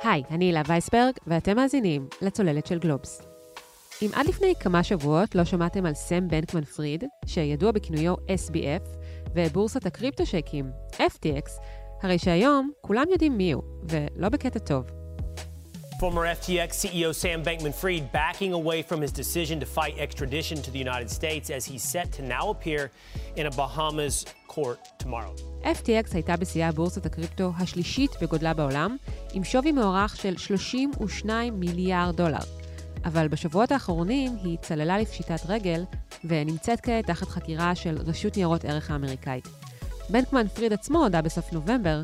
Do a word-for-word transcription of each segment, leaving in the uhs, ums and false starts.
היי, אני הילה וייסברג, ואתם מאזינים לצוללת של גלובס. אם עד לפני כמה שבועות לא שמעתם על סם בנקמן פריד, שידוע בכינויו אס בי אף, ובורסת הקריפטו שהקים, אף טי אקס, הרי שהיום כולם יודעים מי הוא, ולא בקטע טוב. Former F T X C E O Sam Bankman-Fried backing away from his decision to fight extradition to the United States as he's set to now appear in a Bahamas court tomorrow. אף טי אקס הייתה בשיאה בורסת הקריפטו השלישית בגודלה בעולם, עם שווי מוערך של שלושים ושניים מיליארד דולר. אבל בשבועות האחרונים היא צללה לפשיטת רגל, ונמצאת כעת תחת חקירה של רשות ניירות ערך האמריקאית. בנקמן פריד עצמו הודה בסוף נובמבר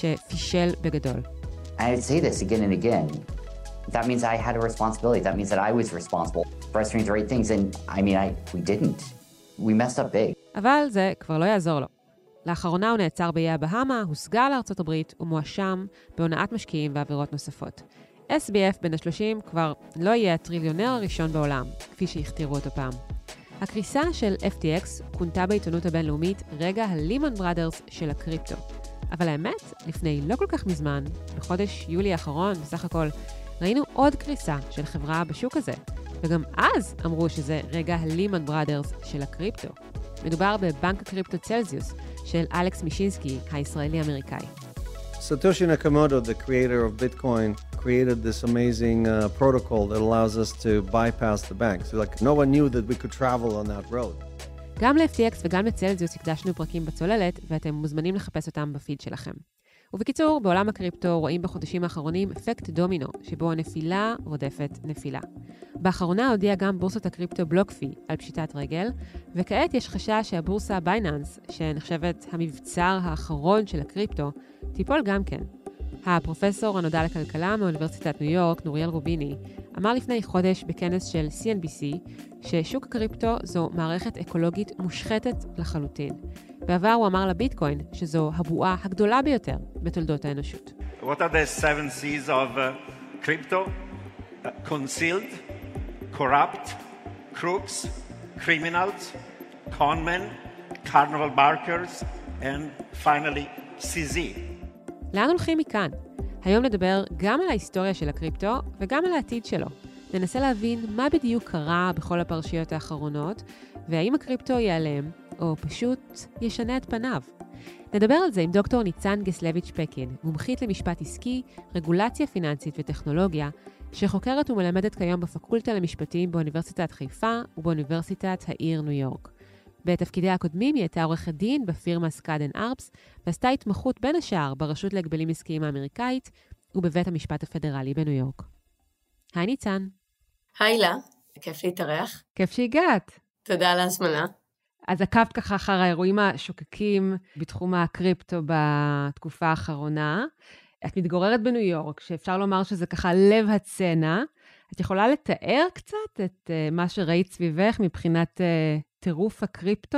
שפישל בגדול. I'd say this again and again. That means I had a responsibility. That means that I was responsible for us doing the right things. And I mean, I we didn't. We messed up big. אבל זה כבר לא יעזור לו. לאחרונה הוא נעצר באיי הבהאמה, הוסגר לארצות הברית ומואשם בהונאת משקיעים ועבירות נוספות. אס בי אף בן ה-שלושים כבר לא יהיה הטריליונר הראשון בעולם, כפי שהכתירו אותו פעם. הקריסה של אף טי אקס כונתה בעיתונות הבינלאומית רגע הלימן בראדרס של הקריפטו. אבל האמת, לפני לא כל כך מזמן, בחודש יולי האחרון, בסך הכל, ראינו עוד קריסה של חברה בשוק הזה. וגם אז אמרו שזה רגע הלימן בראדרס של הקריפטו. מדובר בבנק הקריפטו צלזיוס של אלכס מישינסקי, הישראלי-אמריקאי. Satoshi Nakamoto, the creator of Bitcoin, created this amazing uh, protocol that allows us to bypass the banks. Like, no one knew that we could travel on that road. גם ל-אף טי אקס וגם לצלזיוס הקדשנו פרקים בצוללת, ואתם מוזמנים לחפש אותם בפיד שלכם. ובקיצור, בעולם הקריפטו רואים בחודשים האחרונים אפקט דומינו, שבו הנפילה רודפת נפילה. באחרונה הודיעה גם בורסת הקריפטו בלוקפי על פשיטת רגל, וכעת יש חשש שהבורסה בייננס, שנחשבת המבצר האחרון של הקריפטו, תיפול גם כן. הפרופסור הנודע לכלכלה מאוניברסיטת ניו יורק, נוריאל רוביני, אמר לפני חודש בכנס של סי אן בי סי ששוק הקריפטו זו מערכת אקולוגית מושחתת לחלוטין. בעבר הוא אמר לביטקוין שזו הבועה הגדולה ביותר בתולדות האנושות. What are the seven C's of uh, crypto? Uh, concealed, corrupt, crooks, criminals, conmen, carnival barkers, and finally סי זי. לאן הולכים מכאן? היום נדבר גם על ההיסטוריה של הקריפטו וגם על העתיד שלו. ננסה להבין מה בדיוק קרה בכל הפרשיות האחרונות, והאם הקריפטו ייעלם, או פשוט ישנה את פניו. נדבר על זה עם דוקטור ניצן גסלביץ' פקין, מומחית למשפט עסקי, רגולציה פיננסית וטכנולוגיה, שחוקרת ומלמדת כיום בפקולטה למשפטים באוניברסיטת חיפה ובאוניברסיטת העיר ניו יורק. בתפקידיה הקודמים היא הייתה עורכת דין בפירמה סקאדן ארפס, ועשתה התמחות בין השאר ברשות להגבלים עסקיים האמריקאית ובבית המשפט הפדרלי בניו יורק. היי ניצן. היי לה, כיף להתארח. כיף שהגעת. תודה על ההזמנה. אז עקבת ככה אחר האירועים השוקקים בתחום הקריפטו בתקופה האחרונה. את מתגוררת בניו יורק, שאפשר לומר שזה ככה לב הצנה. את יכולה לתאר קצת את uh, מה שראית סביבך מבחינת uh, טירוף הקריפטו,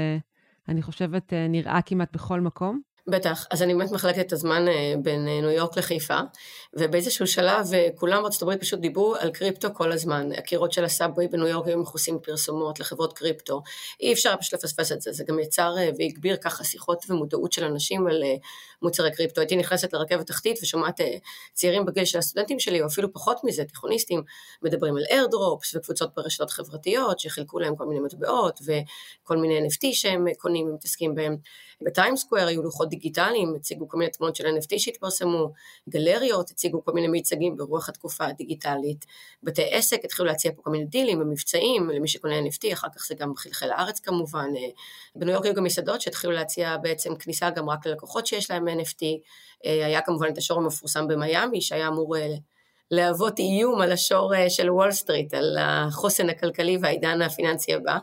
שאני חושבת uh, נראה כמעט בכל מקום? בטח, אז אני באמת מחלקת את הזמן בין ניו יורק לחיפה, ובאיזשהו שלב כולם בארצות הברית פשוט דיברו על קריפטו כל הזמן. הקירות של הסאבווי בניו יורק היו מכוסים פרסומות לחברות קריפטו, אי אפשר פשוט לפספס את זה, זה גם יצר והגביר ככה שיחות ומודעות של אנשים על מוצרי קריפטו. הייתי נכנסת לרכבת תחתית ושומעת צעירים בגיל של הסטודנטים שלי, או אפילו פחות מזה, תיכוניסטים, מדברים על איירדרופס וקבוצות ברשתות חברתיות שחילקו להם כל מיני מטבעות וכל מיני אן אף טי שהם קונים ומתעסקים בהם. בטיימס סקוואר היו לוחות דיגיטליים, הציגו כל מיני תמונות של אן אף טי שהתפרסמו, גלריות, הציגו כל מיני מיצגים ברוח התקופה הדיגיטלית, בתי עסק התחילו להציע פה כל מיני דילים ומבצעים, למי שקונה אן אף טי, אחר כך זה גם חלחל לארץ כמובן, בניו יורק היו גם מסעדות שהתחילו להציע בעצם כניסה גם רק ללקוחות שיש להם אן אף טי, היה כמובן את השור המפורסם במיימי, שהיה אמור להוות איום על השור של וול סטריט, על החוסן הכלכלי והעידן הפיננסי הבא,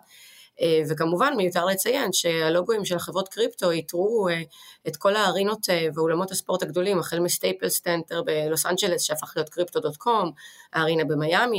וכמובן מיותר לציין שהלוגויים של החברות קריפטו יתרו את כל הארינות ואולמות הספורט הגדולים, החל מסטייפל סטנטר בלוס אנג'לס שהפך להיות קריפטו דוט קום, הארינה במיימי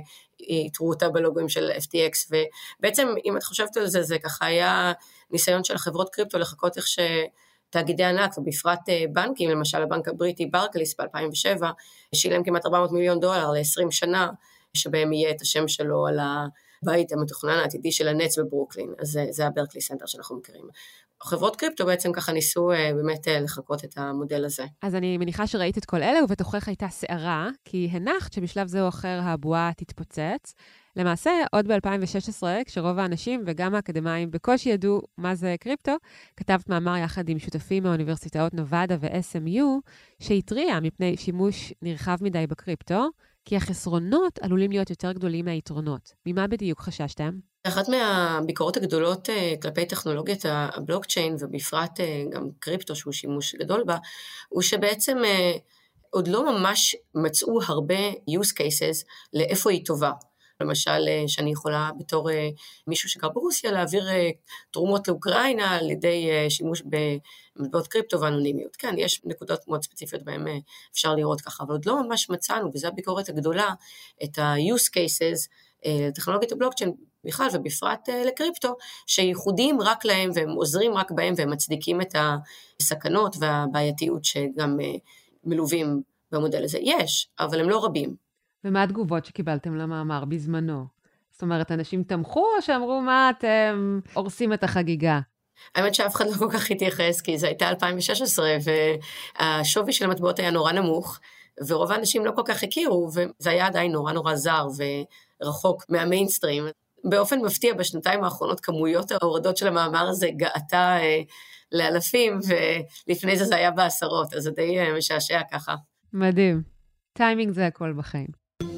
שיתרו אותה בלוגויים של אף טי אקס, ובעצם אם את חושבת על זה, זה ככה היה ניסיון של החברות קריפטו לחכות איך שתאגידי ענק ובפרט בנקים, למשל הבנק הבריטי ברקליס ב-אלפיים ושבע, שילם כמעט ארבע מאות מיליון דולר ל-עשרים שנה, שבהם יהיה את השם שלו על ה... בית המתוכנן העתידי של הנץ בברוקלין, אז זה, זה הברקלי סנטר שאנחנו מכירים. חברות קריפטו בעצם ככה ניסו באמת לחכות את המודל הזה. אז אני מניחה שראית את כל אלה, ובתוכך הייתה סערה, כי הנחת שבשלב זה או אחר הבועה תתפוצץ. למעשה, עוד ב-אלפיים ושש עשרה, כשרוב האנשים וגם האקדמאים בקושי ידעו מה זה קריפטו, כתבת מאמר יחד עם שותפים מאוניברסיטאות נובדה ו-אס אם יו, שהתריע מפני שימוש נרחב מדי בקריפטו, כי החסרונות עלולים להיות יותר גדולים מהיתרונות. ממה בדיוק חששתם? אחת מהביקורות הגדולות כלפי טכנולוגיית הבלוקצ'יין, ובפרט גם קריפטו שהוא שימוש גדול בה, הוא שבעצם עוד לא ממש מצאו הרבה use cases לאיפה היא טובה. למשל, שאני יכולה בתור מישהו שגר ברוסיה להעביר תרומות לאוקראינה על ידי שימוש במטבעות קריפטו ואנונימיות. כן, יש נקודות מאוד ספציפיות בהן אפשר לראות ככה, אבל עוד לא ממש מצאנו, וזו הביקורת הגדולה, את ה-use cases, טכנולוגיית הבלוקצ'יין בכלל ובפרט לקריפטו, שייחודיים רק להם והם עוזרים רק בהם והם מצדיקים את הסכנות והבעייתיות שגם מלווים במודל הזה. יש, אבל הם לא רבים. ומה התגובות שקיבלתם למאמר בזמנו? זאת אומרת, אנשים תמכו או שאמרו מה אתם הורסים את החגיגה? האמת שאף אחד לא כל כך התייחס, כי זה הייתה אלפיים ושש עשרה, והשווי של המטבעות היה נורא נמוך, ורוב האנשים לא כל כך הכירו, וזה היה עדיין נורא נורא זר ורחוק מהמיינסטרים. באופן מפתיע, בשנתיים האחרונות, כמויות ההורדות של המאמר הזה גאתה אה, לאלפים, ולפני זה זה היה בעשרות, אז זה די אה, משעשע ככה. מדהים. טיימינג זה הכל בחיים.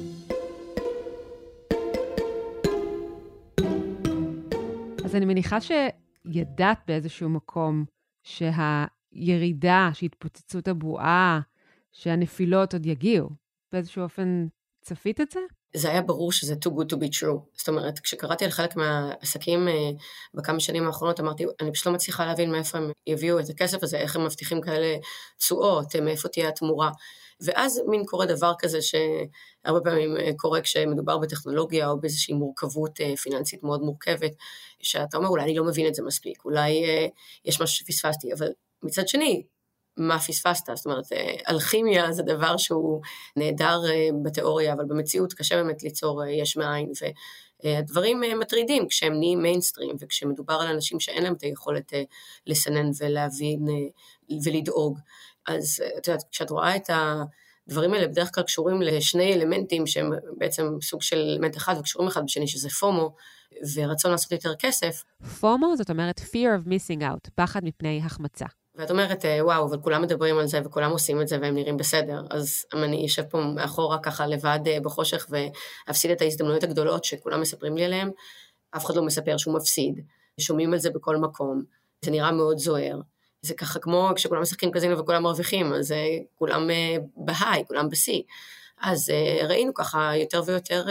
אז אני מניחה שידעת באיזשהו מקום שהירידה, שהתפוצצות הבועה, שהנפילות עוד יגיעו. באיזשהו אופן צפית את זה? זה היה ברור שזה too good to be true. זאת אומרת, כשקראתי על חלק מהעסקים בכמה שנים האחרונות, אמרתי, אני פשוט לא מצליחה להבין מאיפה הם יביאו את הכסף הזה, איך הם מבטיחים כאלה תשואות, מאיפה תהיה התמורה. ואז מין קורה דבר כזה שהרבה פעמים קורה כשמדובר בטכנולוגיה או באיזושהי מורכבות פיננסית מאוד מורכבת, שאתה אומר, אולי אני לא מבין את זה מספיק, אולי יש משהו שפספסתי, אבל מצד שני, מה פספסת? זאת אומרת, אלכימיה זה דבר שהוא נהדר בתיאוריה, אבל במציאות קשה באמת ליצור יש מאין, והדברים מטרידים כשהם נהיים מיינסטרים, וכשמדובר על אנשים שאין להם את היכולת לסנן ולהבין ולדאוג. אז את יודעת, כשאת רואה את הדברים האלה, בדרך כלל קשורים לשני אלמנטים, שהם בעצם סוג של אלמנט אחד, וקשורים אחד בשני, שזה פומו, ורצון לעשות יותר כסף. פומו זאת אומרת fear of missing out, פחד מפני החמצה. ואת אומרת, וואו, אבל כולם מדברים על זה, וכולם עושים את זה, והם נראים בסדר. אז אני יושב פה מאחורה ככה לבד בחושך, ואפסיד את ההזדמנויות הגדולות שכולם מספרים לי עליהם. אף אחד לא מספר שהוא מפסיד. שומעים על זה בכל מקום. זה נראה מאוד זוהר. זה ככה כמו כשכולם משחקים קזינו וכולם מרוויחים, אז כולם בהיי, כולם בסי. אז ראינו ככה יותר ויותר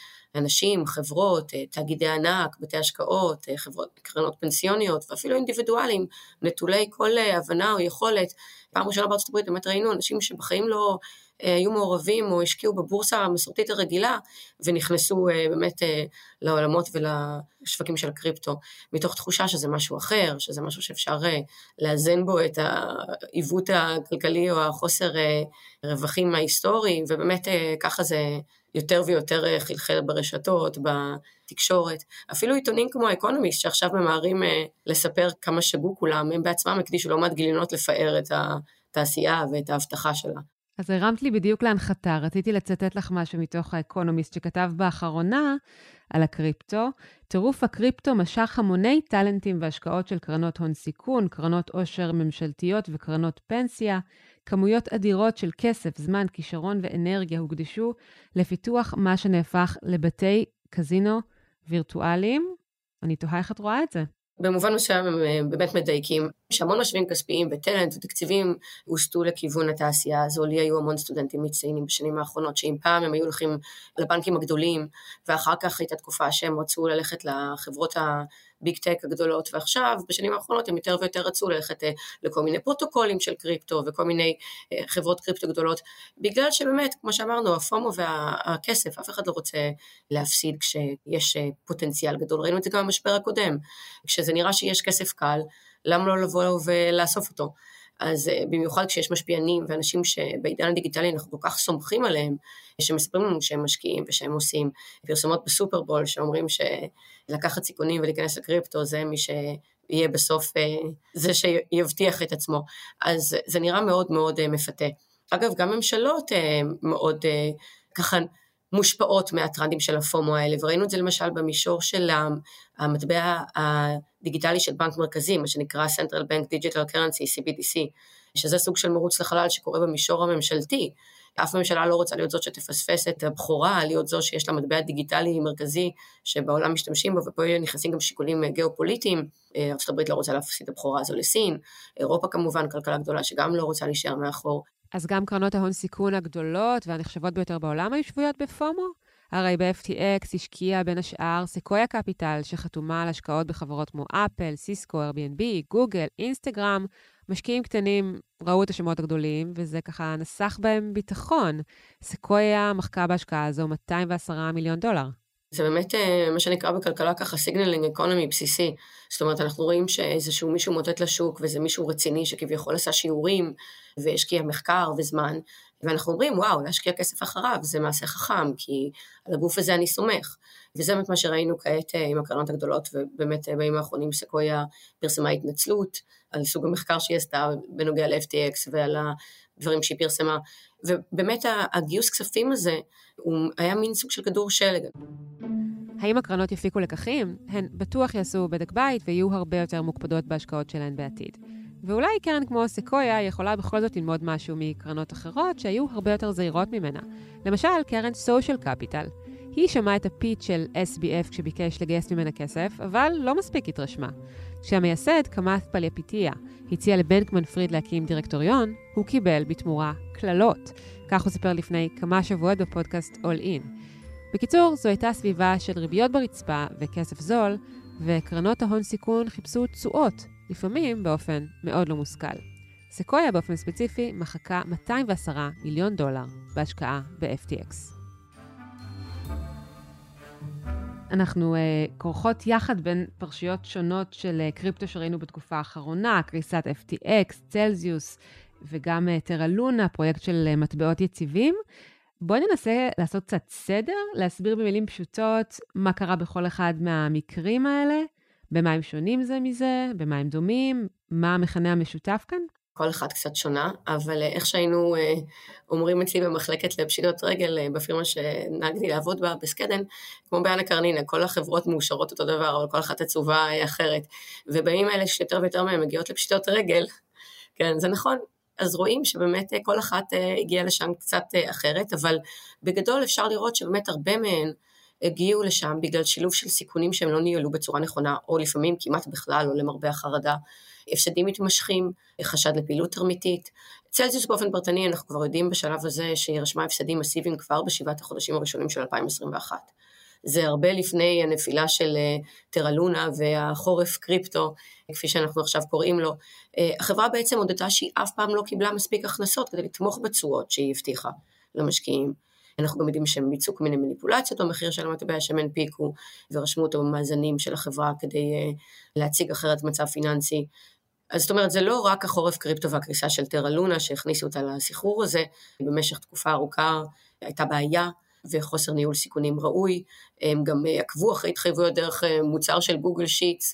אנשים, חברות, תאגידי ענק, בתי השקעות, חברות, קרנות פנסיוניות, ואפילו אינדיבידואלים, נטולי כל הבנה או יכולת. פעם ראשונה בארצות הברית באמת ראינו אנשים שבחיים לא היו מעורבים או השקיעו בבורסה המסורתית הרגילה, ונכנסו באמת לעולמות ולשווקים של הקריפטו, מתוך תחושה שזה משהו אחר, שזה משהו שאפשר לאזן בו את העיוות הכלכלי או החוסר רווחים ההיסטוריים, ובאמת ככה זה יותר ויותר חלחל ברשתות, בתקשורת. אפילו עיתונים כמו האקונומיסט, שעכשיו ממהרים לספר כמה שגו כולם, הם בעצמם הקדישו לא מעט גיליונות לפאר את התעשייה ואת ההבטחה שלה. אז הרמת לי בדיוק להנחתה, רציתי לצטט לך משהו מתוך האקונומיסט שכתב באחרונה על הקריפטו. טירוף הקריפטו משך המוני טלנטים והשקעות של קרנות הון סיכון, קרנות עושר ממשלתיות וקרנות פנסיה. כמויות אדירות של כסף, זמן, כישרון ואנרגיה הוקדשו לפיתוח מה שנהפך לבתי קזינו וירטואליים. אני תוהה איך את רואה את זה. במובן מסוים הם באמת מדייקים, שהמון משאבים כספיים וטלנט ותקציבים הוסטו לכיוון התעשייה הזו. לי היו המון סטודנטים מצטיינים בשנים האחרונות, שאם פעם הם היו הולכים לבנקים הגדולים, ואחר כך הייתה תקופה שהם רצו ללכת לחברות הביג טק הגדולות, ועכשיו בשנים האחרונות הם יותר ויותר רצו ללכת לכל מיני פרוטוקולים של קריפטו, וכל מיני חברות קריפטו גדולות, בגלל שבאמת, כמו שאמרנו, הפומו והכסף, אף אחד לא רוצה להפסיד כשיש פוטנציאל גדול. ראינו את זה גם במשבר הקודם, כשזה נראה שיש כסף קל, למה לא לבוא ולאסוף אותו? אז במיוחד כשיש משפיענים ואנשים שבעידן הדיגיטלי אנחנו כל כך סומכים עליהם, שמספרים לנו שהם משקיעים ושהם עושים פרסומות בסופרבול, שאומרים שלקחת סיכונים ולהיכנס לקריפטו זה מי יהיה בסוף זה שיבטיח את עצמו. אז זה נראה מאוד מאוד מפתה. אגב, גם ממשלות מאוד ככה מושפעות מהטרנדים של הפומו האלה, וראינו את זה למשל במישור של המטבע הדיגיטלי של בנק מרכזי, מה שנקרא Central Bank Digital Currency, סי בי די סי, שזה סוג של מרוץ לחלל שקורה במישור הממשלתי. אף ממשלה לא רוצה להיות זאת שתפספס את הבחורה, להיות זו שיש לה מטבע דיגיטלי מרכזי שבעולם משתמשים בו, ופה נכנסים גם שיקולים גיאופוליטיים. ארצות הברית לא רוצה להפסיד את הבחורה הזו לסין, אירופה כמובן, כלכלה גדולה שגם לא רוצה להישאר מאחור. אז גם קרנות ההון סיכון הגדולות והנחשבות ביותר בעולם היו שבויות בפומו? הרי ב-אף טי אקס השקיע בין השאר סקויה קפיטל, שחתומה על השקעות בחברות כמו אפל, סיסקו, Airbnb, גוגל, אינסטגרם. משקיעים קטנים ראו את השמות הגדולים, וזה ככה נסח בהם ביטחון. סקויה מחקה בהשקעה הזו מאתיים ועשרה מיליון דולר. זה באמת מה שנקרא בכלכלה ככה סיגנלינג אקונומי בסיסי. זאת אומרת, אנחנו רואים שאיזשהו מישהו מוטט לשוק, וזה מישהו רציני שכביכול עשה שיעורים, והשקיע מחקר וזמן, ואנחנו אומרים, וואו, להשקיע כסף אחריו, זה מעשה חכם, כי על הגוף הזה אני סומך. וזה באמת מה שראינו כעת עם הקרנות הגדולות, ובאמת בימים האחרונים סקויה פרסמה התנצלות, על סוג המחקר שהיא עשתה בנוגע ל-אף טי אקס ועל הדברים שהיא פרסמה. ובאמת הגיוס כספים הזה, הוא היה מין סוג של כדור שלג. האם הקרנות יפיקו לקחים? הן בטוח יעשו בדק בית ויהיו הרבה יותר מוקפדות בהשקעות שלהן בעתיד. ואולי קרן כמו סקויה יכולה בכל זאת ללמוד משהו מקרנות אחרות שהיו הרבה יותר זהירות ממנה. למשל, קרן סושיאל קפיטל. היא שמעה את הפיץ' של אס בי אף כשביקש לגייס ממנה כסף, אבל לא מספיק התרשמה. כשהמייסד, קמאת פליאפיטיה, הציע לבנקמן פריד להקים דירקטוריון, הוא קיבל בתמורה כללות. כך הוא סיפר לפני כמה שבועות בפודקאסט All In. בקיצור, זו הייתה סביבה של ריביות ברצפה וכסף זול, וקרנות ההון סיכון חיפשו תשואות, לפעמים באופן מאוד לא מושכל. סקויה באופן ספציפי מחקה מאתיים ועשרה מיליון דולר בהשקעה ב-אף טי אקס. אנחנו uh, כורכות יחד בין פרשיות שונות של uh, קריפטו שראינו בתקופה האחרונה, קריסת אף טי אקס, צלזיוס וגם uh, טרה לונה, פרויקט של uh, מטבעות יציבים. בואי ננסה לעשות קצת סדר, להסביר במילים פשוטות מה קרה בכל אחד מהמקרים האלה, במה הם שונים זה מזה, במה הם דומים, מה המכנה המשותף כאן. כל אחד קצת שונה, אבל איך שהיינו אומרים אצלי במחלקת לפשיטות רגל, בפירמה שנהגתי לעבוד בה בסקדן, כמו באנה קרנינה, כל החברות מאושרות אותו דבר, אבל כל אחת עצובה אחרת. ובימים האלה שיותר ויותר מהם מגיעות לפשיטות רגל, כן, זה נכון. אז רואים שבאמת כל אחת הגיעה לשם קצת אחרת, אבל בגדול אפשר לראות שבאמת הרבה מהן הגיעו לשם בגלל שילוב של סיכונים שהם לא ניהלו בצורה נכונה, או לפעמים כמעט בכלל, או למרבה החרדה, הפסדים מתמשכים, חשד לפעילות תרמיתית. צלזיוס באופן פרטני, אנחנו כבר יודעים בשלב הזה שהיא רשמה הפסדים מסיביים כבר בשבעת החודשים הראשונים של אלפיים עשרים ואחת. זה הרבה לפני הנפילה של טרה לונה והחורף קריפטו, כפי שאנחנו עכשיו קוראים לו. החברה בעצם הודתה שהיא אף פעם לא קיבלה מספיק הכנסות כדי לתמוך בתשואות שהיא הבטיחה למשקיעים. אנחנו גם יודעים שהם ביצעו כל מיני מניפולציות במחיר של המטבע שהם הנפיקו, ורשמו אותו במאזנים של החברה כדי להציג אחרת מצב פיננסי. אז זאת אומרת, זה לא רק החורף קריפטו והקריסה של טרה לונה שהכניסו אותה לסחרור הזה, במשך תקופה ארוכה הייתה בעיה וחוסר ניהול סיכונים ראוי, הם גם עקבו אחרי התחייבויות דרך מוצר של גוגל שיטס,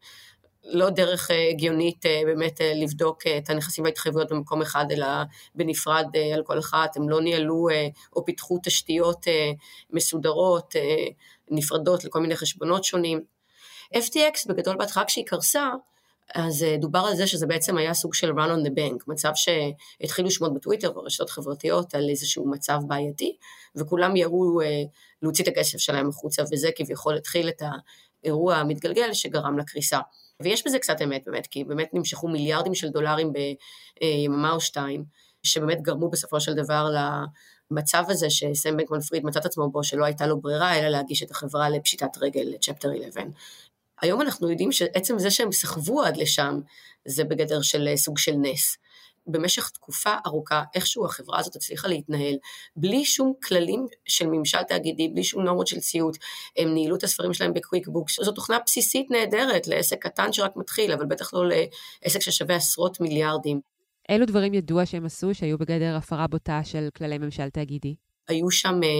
לא דרך הגיונית באמת לבדוק את הנכסים וההתחייבויות במקום אחד, אלא בנפרד על כל אחת, הם לא ניהלו או פיתחו תשתיות מסודרות, נפרדות לכל מיני חשבונות שונים. אף טי אקס בגדול בהתחלה כשהיא קרסה, אז דובר על זה שזה בעצם היה סוג של run on the bank, מצב שהתחילו שמות בטוויטר ורשתות חברתיות על איזשהו מצב בעייתי, וכולם יראו להוציא את הכסף שלהם החוצה, וזה כביכול התחיל את האירוע המתגלגל שגרם לקריסה. ויש בזה קצת אמת באמת, כי באמת נמשכו מיליארדים של דולרים ביממה או שתיים, שבאמת גרמו בסופו של דבר למצב הזה שסם בנקמן פריד מצא את עצמו בו, שלא הייתה לו ברירה, אלא להגיש את החברה לפשיטת רגל, לצ'פטר אחת עשר. היום אנחנו יודעים שעצם זה שהם סחבו עד לשם, זה בגדר של סוג של נס. במשך תקופה ארוכה, איכשהו החברה הזאת הצליחה להתנהל, בלי שום כללים של ממשל תאגידי, בלי שום נורמות של ציות, הם ניהלו את הספרים שלהם בקוויק בוקס, זו תוכנה בסיסית נהדרת, לעסק קטן שרק מתחיל, אבל בטח לא לעסק ששווה עשרות מיליארדים. אילו דברים ידוע שהם עשו, שהיו בגדר הפרה בוטה של כללי ממשל תאגידי? היו שם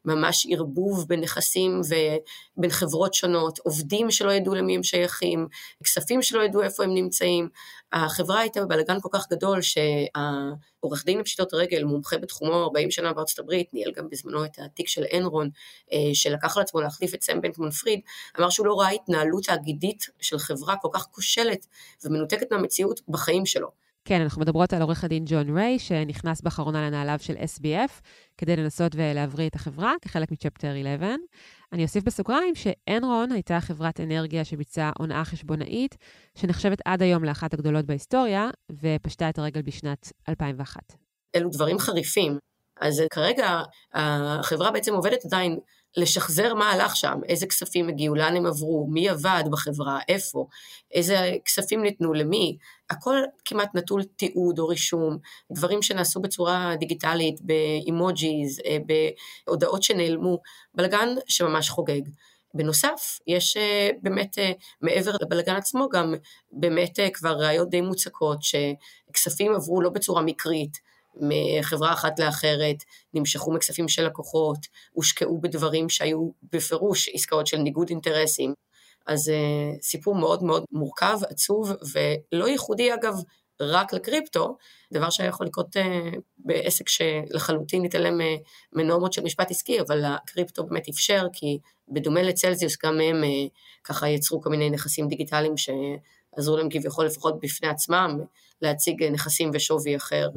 ממש ערבוב בין נכסים ובין חברות שונות, עובדים שלא ידעו למי הם שייכים, כספים שלא ידעו איפה הם נמצאים. החברה הייתה בבלגן כל כך גדול שהעורך דין לפשיטות רגל, מומחה בתחומו ארבעים שנה בארצות הברית, ניהל גם בזמנו את התיק של אנרון, שלקח על עצמו להחליף את סם בנקמן פריד, אמר שהוא לא ראה התנהלות תאגידית של חברה כל כך כושלת ומנותקת מהמציאות בחיים שלו. כן, אנחנו מדברות על עורך הדין ג'ון ריי, שנכנס באחרונה לנעליו של אס בי אף, כדי לנסות ולהבריא את החברה, כחלק מצ'פטר אחת עשרה. אני אוסיף בסוגריים שאנרון הייתה חברת אנרגיה שביצעה הונאה חשבונאית, שנחשבת עד היום לאחת הגדולות בהיסטוריה, ופשטה את הרגל בשנת אלפיים ואחת. אלו דברים חריפים. אז כרגע החברה בעצם עובדת עדיין לשחזר מה הלך שם, איזה כספים הגיעו, לאן הם עברו, מי עבד בחברה, איפה, איזה כספים ניתנו למי, הכל כמעט נטול תיעוד או רישום, דברים שנעשו בצורה דיגיטלית, באימוג'יז, בהודעות שנעלמו, בלגן שממש חוגג. בנוסף, יש באמת מעבר לבלגן עצמו גם באמת כבר ראיות די מוצקות, שכספים עברו לא בצורה מקרית, מחברה אחת לאחרת, נמשכו מכספים של לקוחות, הושקעו בדברים שהיו בפירוש עסקאות של ניגוד אינטרסים. אז uh, סיפור מאוד מאוד מורכב, עצוב, ולא ייחודי אגב רק לקריפטו, דבר שהיה יכול לקרות uh, בעסק שלחלוטין נתעלם uh, מנורמות של משפט עסקי, אבל הקריפטו באמת אפשר, כי בדומה לצלזיוס גם הם uh, ככה יצרו כל מיני נכסים דיגיטליים שעזרו להם כביכול לפחות בפני עצמם, להציג נכסים ושווי אחר.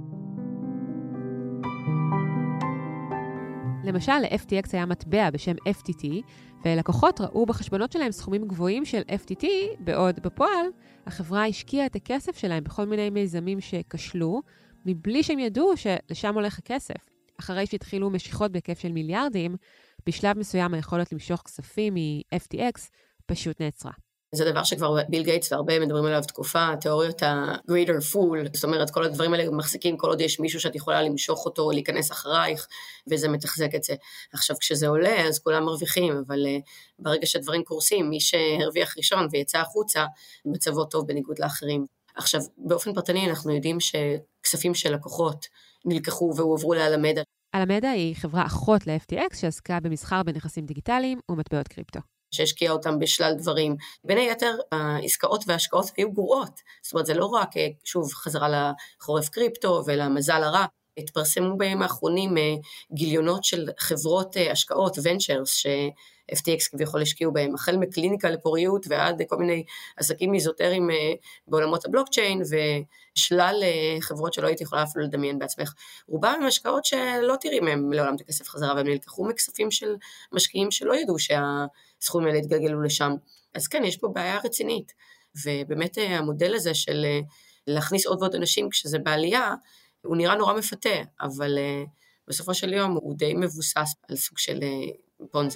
למשל, ל-אף טי אקס היה מטבע בשם אף טי טי, ולקוחות ראו בחשבונות שלהם סכומים גבוהים של אף טי טי, בעוד בפועל החברה השקיעה את הכסף שלהם בכל מיני מיזמים שכשלו, מבלי שהם ידעו שלשם הולך הכסף. אחרי שהתחילו משיכות בהיקף של מיליארדים, בשלב מסוים היכולת למשוך כספים מ-אף טי אקס פשוט נעצרה. זה דבר שכבר ביל גייטס והרבה מדברים עליו תקופה, תיאוריות ה-greater fool, זאת אומרת, כל הדברים האלה מחזיקים כל עוד יש מישהו שאת יכולה למשוך אותו, להיכנס אחרייך, וזה מתחזק את זה. עכשיו, כשזה עולה, אז כולם מרוויחים, אבל uh, ברגע שדברים קורסים, מי שהרוויח ראשון ויצא החוצה, מצבו טוב בניגוד לאחרים. עכשיו, באופן פרטני אנחנו יודעים שכספים של לקוחות נלקחו והועברו לאלמדה. אלמדה היא חברה אחות ל-אף טי אקס שעסקה במסחר בנכסים דיגיטליים ומטבעות קריפטו. שהשקיע אותם בשלל דברים. בין היתר, העסקאות וההשקעות היו גרועות. זאת אומרת, זה לא רק, שוב, חזרה לחורף קריפטו ולמזל הרע. התפרסמו בימים האחרונים גיליונות של חברות השקעות, ונצ'רס, ש-אף טי אקס כביכול השקיעו בהם, החל מקליניקה לפוריות ועד כל מיני עסקים איזוטריים בעולמות הבלוקצ'יין, ושלל חברות שלא הייתי יכולה אפילו לדמיין בעצמך. רובם הם השקעות שלא תראי מהם לעולם את הכסף חזרה, והם נלקחו מכספים של משקיעים שלא ידעו שהסכומים האלה התגלגלו לשם. אז כן, יש פה בעיה רצינית, ובאמת המודל הזה של להכניס עוד ועוד אנשים כשזה בעלייה, הוא נראה נורא מפתה, אבל uh, בסופו של יום הוא די מבוסס על סוג של uh, פונזי.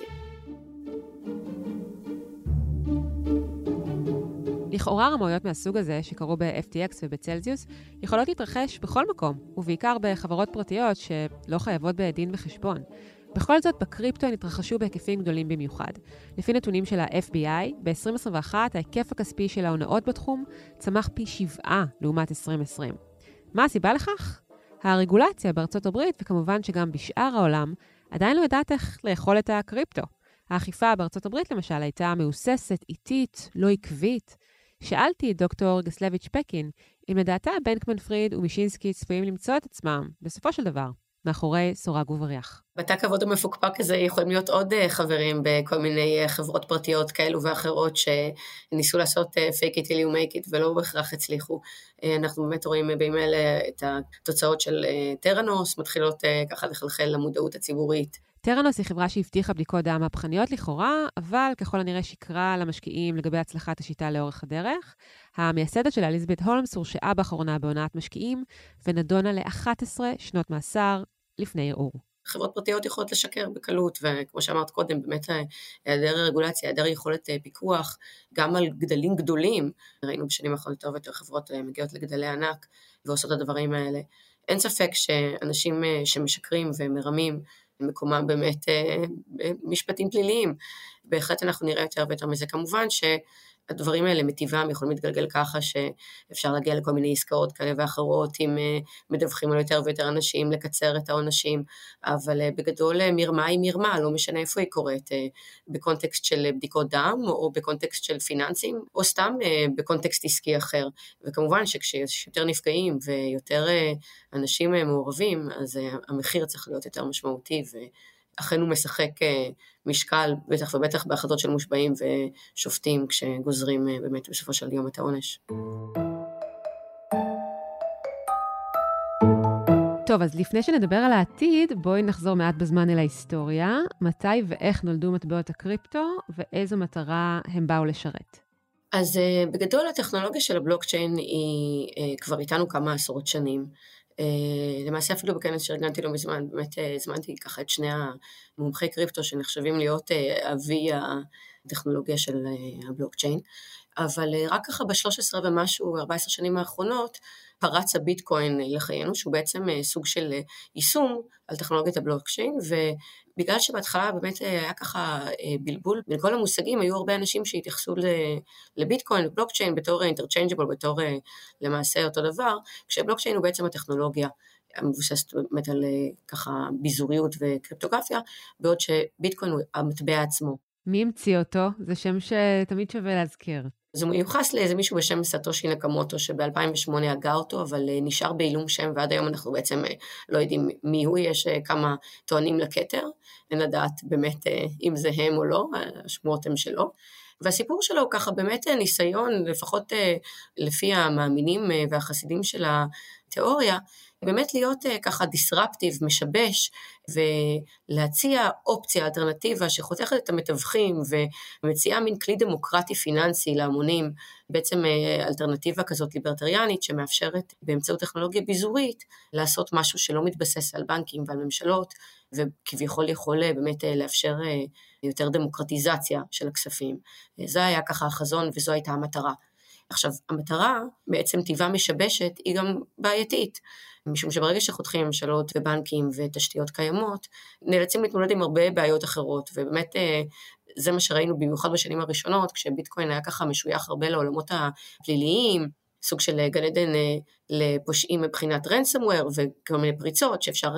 לכאורה רמאויות מהסוג הזה שקרו ב-אף טי אקס ובצלזיוס יכולות להתרחש בכל מקום, ובעיקר בחברות פרטיות שלא חייבות בדין וחשבון. בכל זאת, בקריפטו הן התרחשו בהיקפים גדולים במיוחד. לפי נתונים של ה-אף בי איי, ב-עשרים עשרים ואחת ההיקף הכספי של ההונאות בתחום צמח פי שבעה לעומת עשרים עשרים. מה הסיבה לכך? הרגולציה בארצות הברית, וכמובן שגם בשאר העולם, עדיין לא יודעת איך לאכול את הקריפטו. האכיפה בארצות הברית למשל הייתה מאוססת, איטית, לא עקבית. שאלתי את דוקטור גסלביץ' פקין, אם לדעתה בנקמן פריד ומישינסקי צפויים למצוא את עצמם, בסופו של דבר, מאחורי סורג ובריח. בתא כבוד המפוקפק הזה יכולים להיות עוד חברים בכל מיני חברות פרטיות כאלו ואחרות שניסו לעשות fake it till you make it ולא בהכרח הצליחו. אנחנו באמת רואים בימים אלה את התוצאות של טרנוס, מתחילות ככה לחלחל למודעות הציבורית. טרנוס היא חברה שהבטיחה בדיקות דם מהפכניות לכאורה, אבל ככל הנראה שקרה למשקיעים לגבי הצלחת השיטה לאורך הדרך. המייסדת של אליזבת הולמס הורשעה באחרונה בהונאת משקיעים, ונדונה ל-אחת עשרה שנות מאסר לפני ערעור. חברות פרטיות יכולות לשקר בקלות, וכמו שאמרת קודם, באמת היעדר רגולציה, היעדר יכולת פיקוח, גם על גדלים גדולים. ראינו בשנים האחרונות יותר ויותר חברות מגיעות לגדלי ענק, ועושות את הדברים האלה. אין ספק שאנשים שמשקרים ומרמים, מקומם באמת משפטים פליליים. בהחלט אנחנו נראה יותר ויותר מזה. כמובן הדברים האלה מטבעם יכולים להתגלגל ככה שאפשר להגיע לכל מיני עסקאות כאלה ואחרות, אם מדווחים על יותר ויותר אנשים, לקצר את העונשים, אבל בגדול מרמה היא מרמה, לא משנה איפה היא קורית, בקונטקסט של בדיקות דם, או בקונטקסט של פיננסים, או סתם בקונטקסט עסקי אחר. וכמובן שכשיש יותר נפגעים ויותר אנשים מעורבים, אז המחיר צריך להיות יותר משמעותי, ואכן הוא משחק משקל, בטח ובטח בהחלטות של מושבעים ושופטים, כשגוזרים באמת בסופו של יום את העונש. טוב, אז לפני שנדבר על העתיד, בואי נחזור מעט בזמן אל ההיסטוריה. מתי ואיך נולדו מטבעות הקריפטו, ואיזו מטרה הם באו לשרת? אז uh, בגדול הטכנולוגיה של הבלוקצ'יין היא uh, כבר איתנו כמה עשרות שנים. Uh, למעשה אפילו בכנס שארגנתי לא מזמן, באמת uh, הזמנתי ככה את שני המומחי קריפטו שנחשבים להיות uh, אבי הטכנולוגיה של uh, הבלוקצ'יין. אבל uh, רק ככה ב-שלוש עשרה ומשהו, ארבע עשרה שנים האחרונות, פרץ הביטקוין לחיינו, שהוא בעצם uh, סוג של uh, יישום על טכנולוגיית הבלוקצ'יין, ובגלל שבהתחלה באמת היה ככה uh, בלבול, בין כל המושגים היו הרבה אנשים שהתייחסו לביטקוין, לבלוקצ'יין, בתור interchangeable, בתור uh, למעשה אותו דבר, כשבלוקצ'יין הוא בעצם הטכנולוגיה, המבוססת באמת על uh, ככה ביזוריות וקריפטוגרפיה, בעוד שביטקוין הוא המטבע עצמו. מי המציא אותו? זה שם שתמיד שווה להזכיר. זה מיוחס לאיזה מישהו בשם סטושי נקמוטו, שב-אלפיים ושמונה הגה אותו, אבל נשאר בעילום שם, ועד היום אנחנו בעצם לא יודעים מי הוא, יש כמה טוענים לכתר, אין לדעת באמת אם זה הם או לא, השמועות הם שלו. והסיפור שלו הוא ככה באמת ניסיון, לפחות לפי המאמינים והחסידים של התיאוריה, באמת להיות ככה דיסרפטיב, משבש, ולהציע אופציה, אלטרנטיבה, שחותכת את המתווכים, ומציעה מין כלי דמוקרטי פיננסי להמונים, בעצם אלטרנטיבה כזאת ליברטריאנית, שמאפשרת באמצעות טכנולוגיה ביזורית, לעשות משהו שלא מתבסס על בנקים ועל ממשלות, וכביכול יכול באמת לאפשר יותר דמוקרטיזציה של הכספים. זה היה ככה החזון, וזו הייתה המטרה. עכשיו, המטרה בעצם טבעה משבשת, היא גם בעייתית, משום שברגע שחותכים ממשלות ובנקים ותשתיות קיימות, נאלצים להתמודד עם הרבה בעיות אחרות, ובאמת זה מה שראינו במיוחד בשנים הראשונות, כשביטקוין היה ככה משוייך הרבה לעולמות הפליליים, סוג של גן עדן לפושעים מבחינת רנסמוור, וכל מיני פריצות שאפשר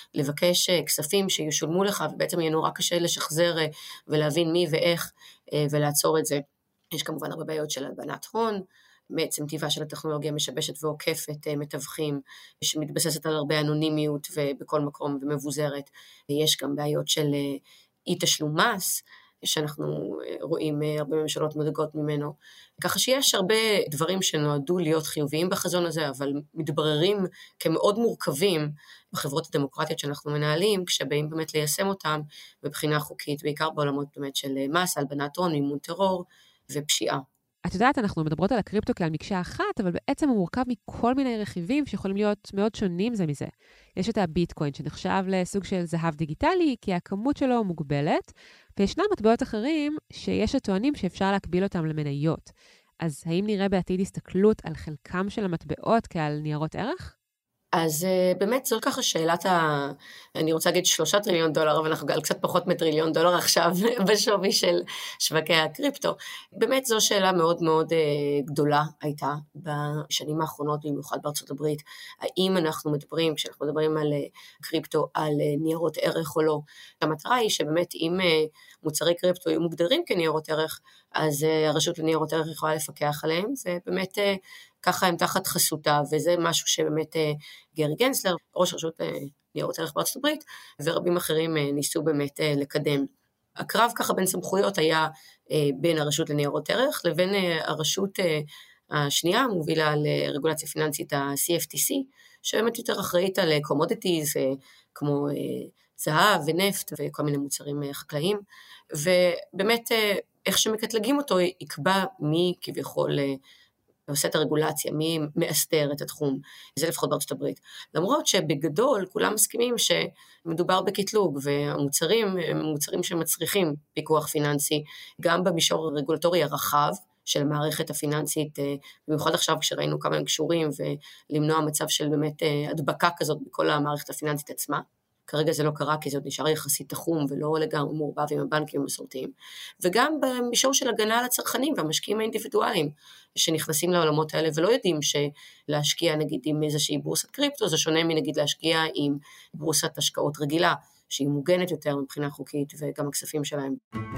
לבקש כספים שישולמו לך, ובעצם יהיה נורא קשה לשחזר ולהבין מי ואיך ולעצור את זה. יש כמובן הרבה בעיות של הלבנת הון, מעצם טבעה של הטכנולוגיה משבשת ועוקפת מתווכים, שמתבססת על הרבה אנונימיות ובכל מקום ומבוזרת. יש גם בעיות של אי תשלום מס, שאנחנו רואים הרבה ממשלות מודאגות ממנו. ככה שיש הרבה דברים שנועדו להיות חיוביים בחזון הזה, אבל מתבררים כמאוד מורכבים בחברות הדמוקרטיות שאנחנו מנהלים, כשבאים באמת ליישם אותם בבחינה חוקית, בעיקר בעולמות באמת של מס, הלבנת הון, מימון טרור ופשיעה. את יודעת, אנחנו מדברות על הקריפטו כעל מקשה אחת, אבל בעצם הוא מורכב מכל מיני רכיבים שיכולים להיות מאוד שונים זה מזה. יש את הביטקוין שנחשב לסוג של זהב דיגיטלי, כי הכמות שלו מוגבלת, וישנם מטבעות אחרים שיש הטוענים שאפשר להקביל אותם למניות. אז האם נראה בעתיד הסתכלות על חלקם של המטבעות כעל ניירות ערך? אז באמת זאת ככה שאלת ה... אני רוצה להגיד שלושה טריליון דולר, אבל אנחנו על קצת פחות מטריליון דולר עכשיו בשווי של שווקי הקריפטו. באמת זו שאלה מאוד מאוד גדולה הייתה בשנים האחרונות, במיוחד בארצות הברית. האם אנחנו מדברים, כשאנחנו מדברים על קריפטו, על ניירות ערך או לא? המטרה היא שבאמת אם מוצרי קריפטו יהיו מוגדרים כניירות ערך, אז הרשות לניירות ערך יכולה לפקח עליהם, ובאמת ככה הם תחת חסותה, וזה משהו שבאמת גרי גנסלר, ראש רשות ניירות ערך בארצות הברית, ורבים אחרים ניסו באמת לקדם. הקרב ככה בין סמכויות היה בין הרשות לניירות ערך, לבין הרשות השנייה המובילה לרגולציה פיננסית, ה-סי אף טי סי, שבאמת יותר אחראית על קומודיטיז, כמו זהב ונפט וכל מיני מוצרים חקלאיים, ובאמת איך שמקטלגים אותו יקבע מי כביכול עושה את הרגולציה, מי מאסדר את התחום, זה לפחות בארצות הברית. למרות שבגדול כולם מסכימים שמדובר בקטלוג, והמוצרים הם מוצרים שמצריכים פיקוח פיננסי, גם במישור הרגולטורי הרחב של המערכת הפיננסית, במיוחד עכשיו כשראינו כמה הם קשורים, ולמנוע מצב של באמת הדבקה כזאת בכל המערכת הפיננסית עצמה. כרגע זה לא קרה, כי זה עוד נשאר יחסית תחום, ולא לגמרי מעורבב עם הבנקים המסורתיים, וגם במישור של הגנה על הצרכנים, והמשקיעים האינדיבידואליים, שנכנסים לעולמות האלה, ולא יודעים שלהשקיע נגיד עם איזושהי בורסת קריפטו, זה שונה מנגיד להשקיע עם בורסת השקעות רגילה, שהיא מוגנת יותר מבחינה חוקית, וגם הכספים שלהם.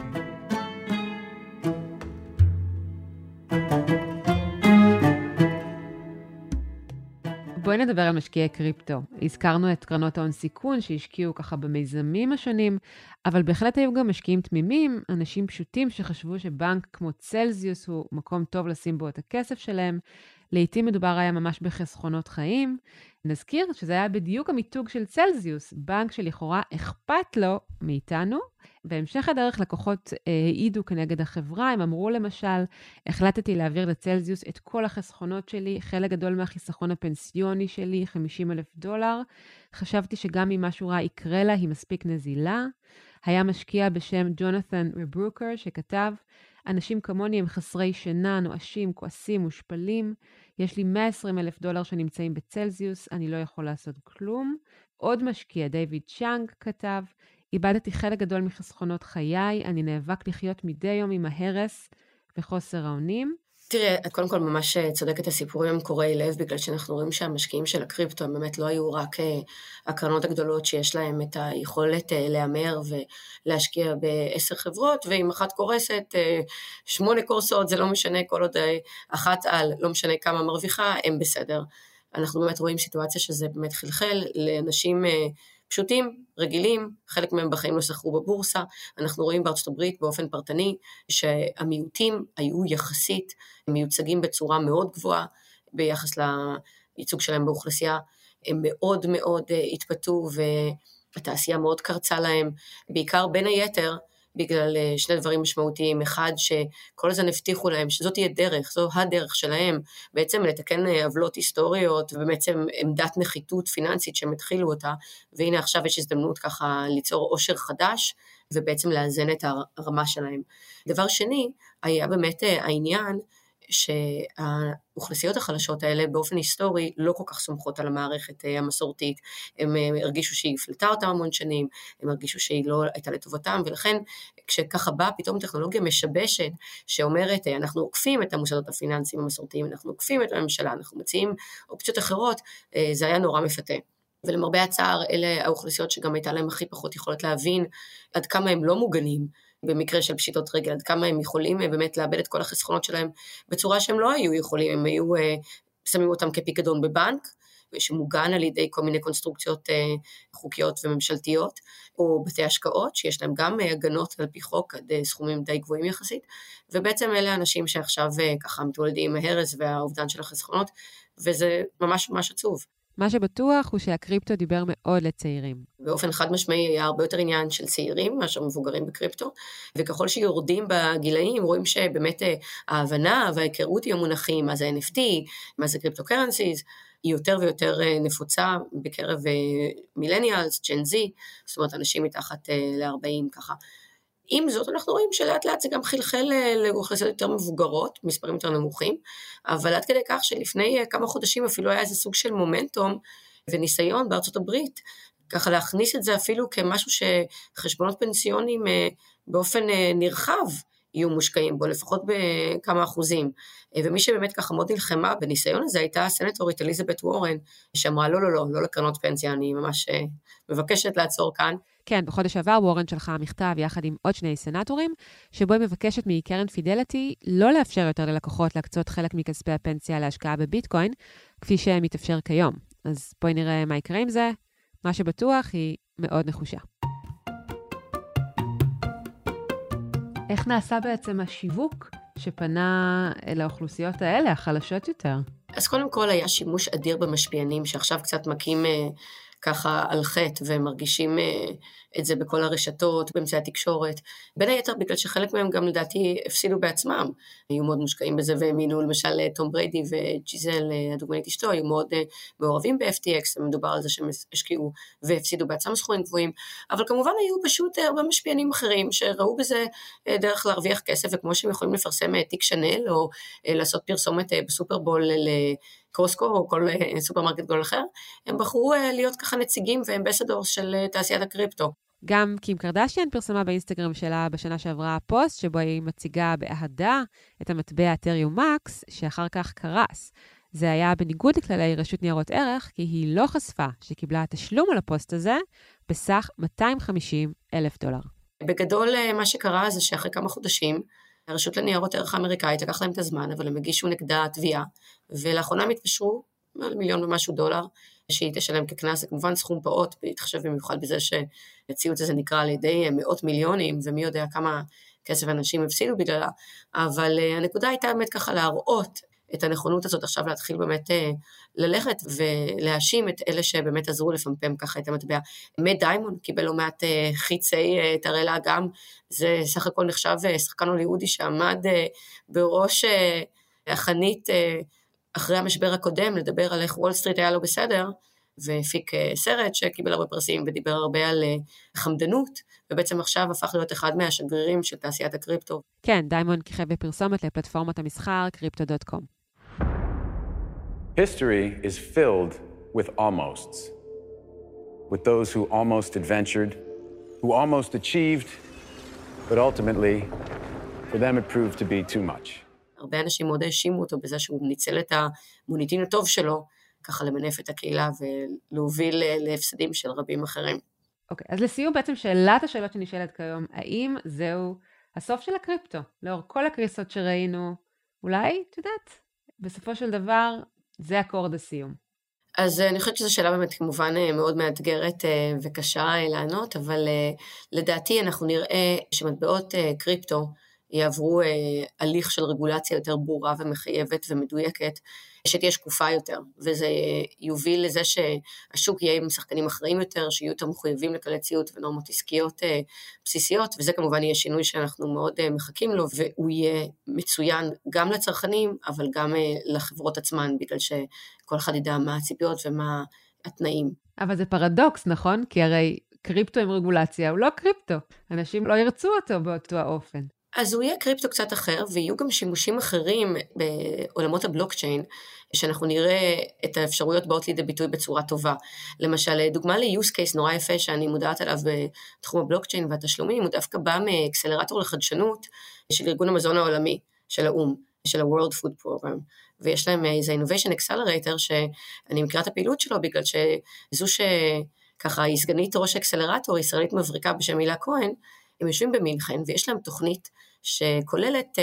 בואי נדבר על משקיעי קריפטו. הזכרנו את קרנות ההון סיכון שהשקיעו ככה במיזמים השונים, אבל בהחלט היו גם משקיעים תמימים, אנשים פשוטים שחשבו שבנק כמו צלזיוס הוא מקום טוב לשים בו את הכסף שלהם. לעתים מדובר היה ממש בחסכונות חיים. נזכיר שזה היה בדיוק המיתוג של צלזיוס, בנק שלכאורה אכפת לו מאיתנו. בהמשך הדרך לקוחות אה, העידו כנגד החברה, הם אמרו למשל, החלטתי להעביר לצלזיוס את כל החסכונות שלי, חלק גדול מהחיסכון הפנסיוני שלי, חמישים אלף דולר. חשבתי שגם אם משהו רע יקרה לה, היא מספיק נזילה. היה משקיע בשם ג'ונת'ן רברוקר שכתב, אנשים כמוני הם חסרי שינה, נואשים, כועסים, מושפלים. יש לי מאה ועשרים אלף דולר שנמצאים בצלזיוס, אני לא יכול לעשות כלום. עוד משקיע, דיוויד צ'אנג, כתב, איבדתי חלק גדול מחסכונות חיי, אני נאבק לחיות מדי יום עם ההרס וחוסר האונים. תראה, את קודם כל ממש צודקת, הסיפורים הם קוראי לב, בגלל שאנחנו רואים שהמשקיעים של הקריפטו הם באמת לא היו רק הקרנות הגדולות שיש להם את היכולת להמר ולהשקיע בעשר חברות, ואם אחת קורסת, שמונה קורסות, זה לא משנה, כל עוד אחת על, לא משנה כמה מרוויחה, הם בסדר. אנחנו באמת רואים סיטואציה שזה באמת חלחל לאנשים פשוטים, רגילים, חלק מהם בחיים לא שכרו בבורסה. אנחנו רואים בארצות הברית באופן פרטני שהמיעוטים היו יחסית מיוצגים בצורה מאוד גבוהה ביחס לייצוג שלהם באוכלוסייה. הם מאוד מאוד התפתו והתעשייה מאוד קרצה להם, בעיקר בין היתר בגלל שני דברים משמעותיים. אחד, שכל הזמן הבטיחו להם שזאת תהיה דרך, זו הדרך שלהם, בעצם לתקן עוולות היסטוריות, ובעצם עמדת נחיתות פיננסית שהם התחילו אותה, והנה עכשיו יש הזדמנות ככה ליצור עושר חדש, ובעצם לאזן את הרמה שלהם. דבר שני, היה באמת העניין, שהאוכלוסיות החלשות האלה באופן היסטורי לא כל כך סומכות על המערכת המסורתית, הם הרגישו שהיא הפלטה אותם המון שנים, הם הרגישו שהיא לא הייתה לטובתם, ולכן כשככה באה פתאום טכנולוגיה משבשת, שאומרת אנחנו עוקפים את המוסדות הפיננסיים המסורתיים, אנחנו עוקפים את הממשלה, אנחנו מציעים אופציות אחרות, זה היה נורא מפתה. ולמרבה הצער, אלה האוכלוסיות שגם הייתה להם הכי פחות יכולת להבין עד כמה הם לא מוגנים, במקרה של פשיטות רגל, עד כמה הם יכולים באמת לאבד את כל החסכונות שלהם בצורה שהם לא היו יכולים, הם היו שמים אותם כפיקדון בבנק, שמוגן על ידי כל מיני קונסטרוקציות חוקיות וממשלתיות, או בתי השקעות, שיש להם גם הגנות על פי חוק, עד סכומים די גבוהים יחסית, ובעצם אלה אנשים שעכשיו ככה מתמודדים עם ההרס והאובדן של החסכונות, וזה ממש ממש עצוב. מה שבטוח הוא שהקריפטו דיבר מאוד לצעירים. באופן חד משמעי היה הרבה יותר עניין של צעירים, מאשר מבוגרים בקריפטו, וככל שיורדים בגילאים, רואים שבאמת ההבנה וההיכרות עם המונחים, מה זה אן אף טי, מה זה קריפטו-קרנסיז, היא יותר ויותר נפוצה בקרב מילניאלס, ג'ן זי, זאת אומרת אנשים מתחת ל-ארבעים ככה. עם זאת אנחנו רואים שלאט לאט זה גם חלחל לאוכלוסיות יותר מבוגרות, מספרים יותר נמוכים, אבל עד כדי כך שלפני כמה חודשים אפילו היה איזה סוג של מומנטום וניסיון בארצות הברית, ככה להכניס את זה אפילו כמשהו שחשבונות פנסיונים באופן נרחב יהיו מושקעים בו, לפחות בכמה אחוזים. ומי שבאמת ככה מאוד נלחמה בניסיון הזה, הייתה הסנטורית אליזבת וורן, שאמרה לא, לא, לא, לא לקרנות פנסיה, אני ממש מבקשת לעצור כאן. כן, בחודש עבר וורן שלחה מכתב יחד עם עוד שני סנטורים, שבו היא מבקשת מקרן פידליטי לא לאפשר יותר ללקוחות להקצות חלק מכספי הפנסיה להשקעה בביטקוין, כפי שמתאפשר כיום. אז בואי נראה מה יקרה עם זה. מה שבטוח היא מאוד נחושה. איך נעשה בעצם השיווק שפנה אל האוכלוסיות האלה, החלשות יותר? אז קודם כל היה שימוש אדיר במשפיענים, שעכשיו קצת מקים ככה על חטא, ומרגישים את זה בכל הרשתות, באמצעי התקשורת, בין היתר בגלל שחלק מהם גם לדעתי הפסידו בעצמם, היו מאוד מושקעים בזה, והאמינו למשל תום בריידי וג'יזל, הדוגמנית אשתו, היו מאוד מעורבים ב-אף טי אקס, מדובר על זה שהם השקיעו והפסידו בעצמם סכומים גבוהים, אבל כמובן היו פשוט הרבה משפיענים אחרים, שראו בזה דרך להרוויח כסף, וכמו שהם יכולים לפרסם תיק שנל, או לעשות פרסומת בסופרבול קוסקו או כל סופרמרקט גדול אחר, הם בחרו להיות ככה נציגים ואמבסדור של תעשיית הקריפטו. גם קים קרדשיאן פרסמה באינסטגרם שלה בשנה שעברה פוסט, שבו היא מציגה באהדה את המטבע אתריום מקס, שאחר כך קרס. זה היה בניגוד לכללי רשות ניירות ערך, כי היא לא חשפה שקיבלה תשלום על הפוסט הזה בסך מאתיים וחמישים אלף דולר. בגדול מה שקרה זה שאחרי כמה חודשים, הרשות לניירות ערך האמריקאית לקח להם את הזמן, אבל הם הגישו נגדה תביעה, ולאחרונה הם התפשרו על מיליון ומשהו דולר, שהיא תשלם כקנס, זה כמובן סכום פעוט, בהתחשב במיוחד בזה שהציעו את זה נקרא על ידי מאות מיליונים, ומי יודע כמה כסף אנשים הפסידו בגללה, אבל הנקודה הייתה באמת ככה להראות את הנכונות הזאת עכשיו להתחיל באמת ללכת ולהאשים את אלה שבאמת עזרו לפמפם ככה את המטבע. מאט דיימון קיבל לא מעט חיצי תרעלה גם, זה סך הכל נחשב שחקן הוליוודי שעמד בראש החנית אחרי המשבר הקודם, לדבר על איך וול סטריט היה לו בסדר, והפיק סרט שקיבל הרבה פרסים ודיבר הרבה על חמדנות, ובעצם עכשיו הפך להיות אחד מהשגרירים של תעשיית הקריפטו. כן, דיימון כיכב בפרסומת לפלטפורמת המסחר קריפטו דוט קום. History is filled with almosts, with those who almost adventured, who almost achieved, but ultimately, for them it proved to be too much. הרבה אנשים מאוד האשימו אותו בזה שהוא ניצל את המוניטין הטוב שלו, ככה למנף את הקהילה ולהוביל להפסדים של רבים אחרים. אוקיי, אז לסיום בעצם שאלת השאלות שנשאלת כיום, האם זהו הסוף של הקריפטו? לאור כל הקריסות שראינו, אולי, את יודעת, בסופו של דבר, זה אקורד הסיום. אז אני חושבת שזו שאלה באמת כמובן מאוד מאתגרת וקשה לענות, אבל לדעתי אנחנו נראה שמטבעות קריפטו יעברו הליך של רגולציה יותר ברורה ומחייבת ומדויקת, שתהיה שקופה יותר, וזה יוביל לזה שהשוק יהיה עם שחקנים אחראים יותר, שיהיו יותר מחויבים לכללי ציות ונורמות עסקיות בסיסיות, וזה כמובן יהיה שינוי שאנחנו מאוד מחכים לו, והוא יהיה מצוין גם לצרכנים, אבל גם לחברות עצמן, בגלל שכל אחד ידע מה הציפיות ומה התנאים. אבל זה פרדוקס, נכון? כי הרי קריפטו עם רגולציה הוא לא קריפטו. אנשים לא ירצו אותו באותו האופן. אז הוא יהיה קריפטו קצת אחר, ויהיו גם שימושים אחרים בעולמות הבלוקצ'יין, שאנחנו נראה את האפשרויות באות לידי ביטוי בצורה טובה. למשל, דוגמה ל-use case נורא יפה שאני מודעת עליו בתחום הבלוקצ'יין והתשלומים, הוא דווקא בא מאקסלרטור לחדשנות של ארגון המזון העולמי, של האום, של ה-World Food Program, ויש להם איזה Innovation Accelerator, שאני מכירה את הפעילות שלו, בגלל שזו שככה היא סגנית ראש האקסלרטור, ישראלית מבריקה בשם הילה כהן, הם יושבים במינכן, ויש להם תוכנית שכוללת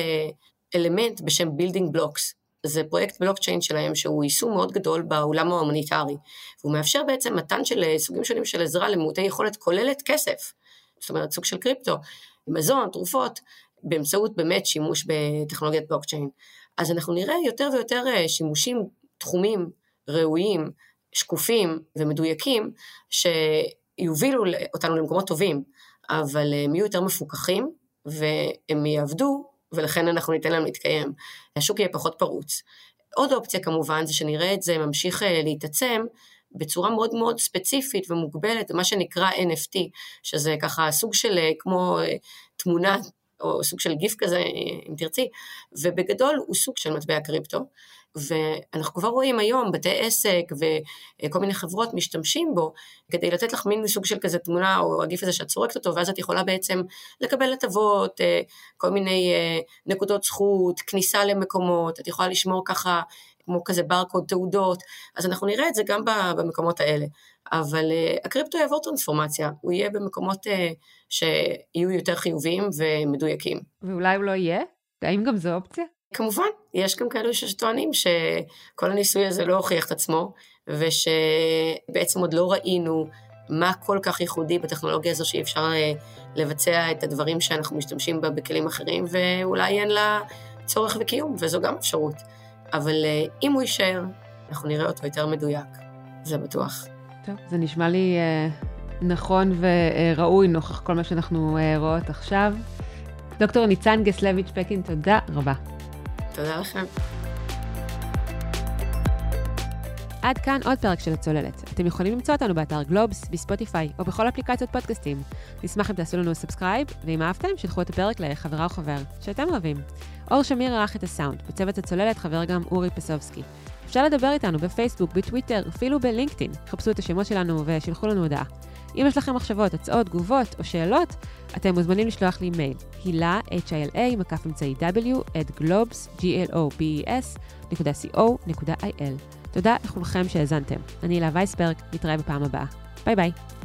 אלמנט בשם Building Blocks. זה פרויקט בלוקצ'יין שלהם, שהוא יישום מאוד גדול בעולם ההומניטרי, והוא מאפשר בעצם מתן של סוגים שונים של עזרה למעוטי יכולת כוללת כסף, זאת אומרת סוג של קריפטו, מזון, תרופות, באמצעות באמת שימוש בטכנולוגיית בלוקצ'יין. אז אנחנו נראה יותר ויותר שימושים תחומים ראויים, שקופים ומדויקים, שיובילו אותנו למקומות טובים, אבל הם יהיו יותר מפוקחים, והם יעבדו, ולכן אנחנו ניתן להם להתקיים. השוק יהיה פחות פרוץ. עוד אופציה כמובן, זה שנראה את זה ממשיך להתעצם, בצורה מאוד מאוד ספציפית ומוגבלת, מה שנקרא אן אף טי, שזה ככה סוג של כמו תמונה, או סוג של גיף כזה, אם תרצי, ובגדול הוא סוג של מטבע קריפטו, ואנחנו כבר רואים היום בתי עסק וכל מיני חברות משתמשים בו, כדי לתת לך מין סוג של כזה תמונה, או הגיף הזה שאת צורקת אותו, ואז את יכולה בעצם לקבל הטבות, כל מיני נקודות זכות, כניסה למקומות, את יכולה לשמור ככה, כמו כזה ברקוד, תעודות, אז אנחנו נראה את זה גם במקומות האלה, אבל הקריפטו יעבור טרנספורמציה, הוא יהיה במקומות שיהיו יותר חיוביים ומדויקים. ואולי הוא לא יהיה? האם גם זו אופציה? כמובן, יש גם כאלו שטוענים שכל הניסוי הזה לא הוכיח את עצמו, ושבעצם עוד לא ראינו מה כל כך ייחודי בטכנולוגיה הזו שאי אפשר לבצע את הדברים שאנחנו משתמשים בה בכלים אחרים, ואולי אין לה צורך וקיום, וזו גם אפשרות. אבל אם הוא יישאר, אנחנו נראה אותו יותר מדויק, זה בטוח. טוב, זה נשמע לי נכון וראוי נוכח כל מה שאנחנו רואות עכשיו. דוקטור ניצן גסלביץ' פקין, תודה רבה. תודה לכם. עד כאן עוד פרק של הצוללת. אתם יכולים למצוא אותנו באתר גלובס, בספוטיפיי או בכל אפליקציות פודקאסטים. נשמח אם תעשו לנו סאבסקרייב, ואם אהבתם, שלחו את הפרק לחברה או חבר שאתם אוהבים. אור שמיר ערך את הסאונד, בצוות הצוללת חבר גם אורי פסובסקי. אפשר לדבר איתנו בפייסבוק, בטוויטר, אפילו בלינקדאין. חפשו את השמות שלנו ושלחו לנו הודעה. אם יש לכם מחשבות, הצעות, תגובות או שאלות, אתם מוזמנים לשלוח לי מייל. הילה, H-I-L-A, מקף אמצעי W, at globes, G-L-O-B-E-S, נקודה C-O, נקודה I-L. תודה לכולכם שהאזנתם. אני הילה וייסברג, נתראה בפעם הבאה. ביי ביי.